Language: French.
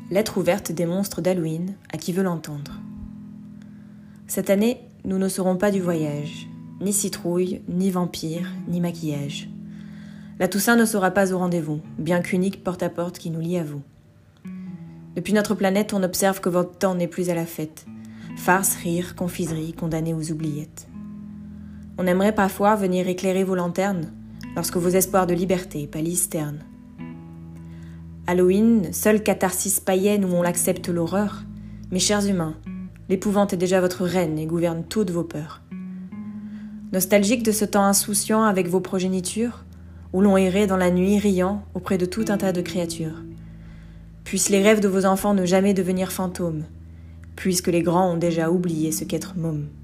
Lettre ouverte des monstres d'Halloween à qui veut l'entendre. Cette année, nous ne serons pas du voyage, ni citrouille, ni vampire, ni maquillage. La Toussaint ne sera pas au rendez-vous, bien qu'unique porte-à-porte qui nous lie à vous. Depuis notre planète, on observe que votre temps n'est plus à la fête. Farce, rire, confiserie, condamnés aux oubliettes. On aimerait parfois venir éclairer vos lanternes lorsque vos espoirs de liberté pâlissent ternes. Halloween, seule catharsis païenne où on accepte l'horreur, mes chers humains, l'épouvante est déjà votre reine et gouverne toutes vos peurs. Nostalgique de ce temps insouciant avec vos progénitures, où l'on errait dans la nuit riant auprès de tout un tas de créatures. Puissent les rêves de vos enfants ne jamais devenir fantômes, puisque les grands ont déjà oublié ce qu'être môme.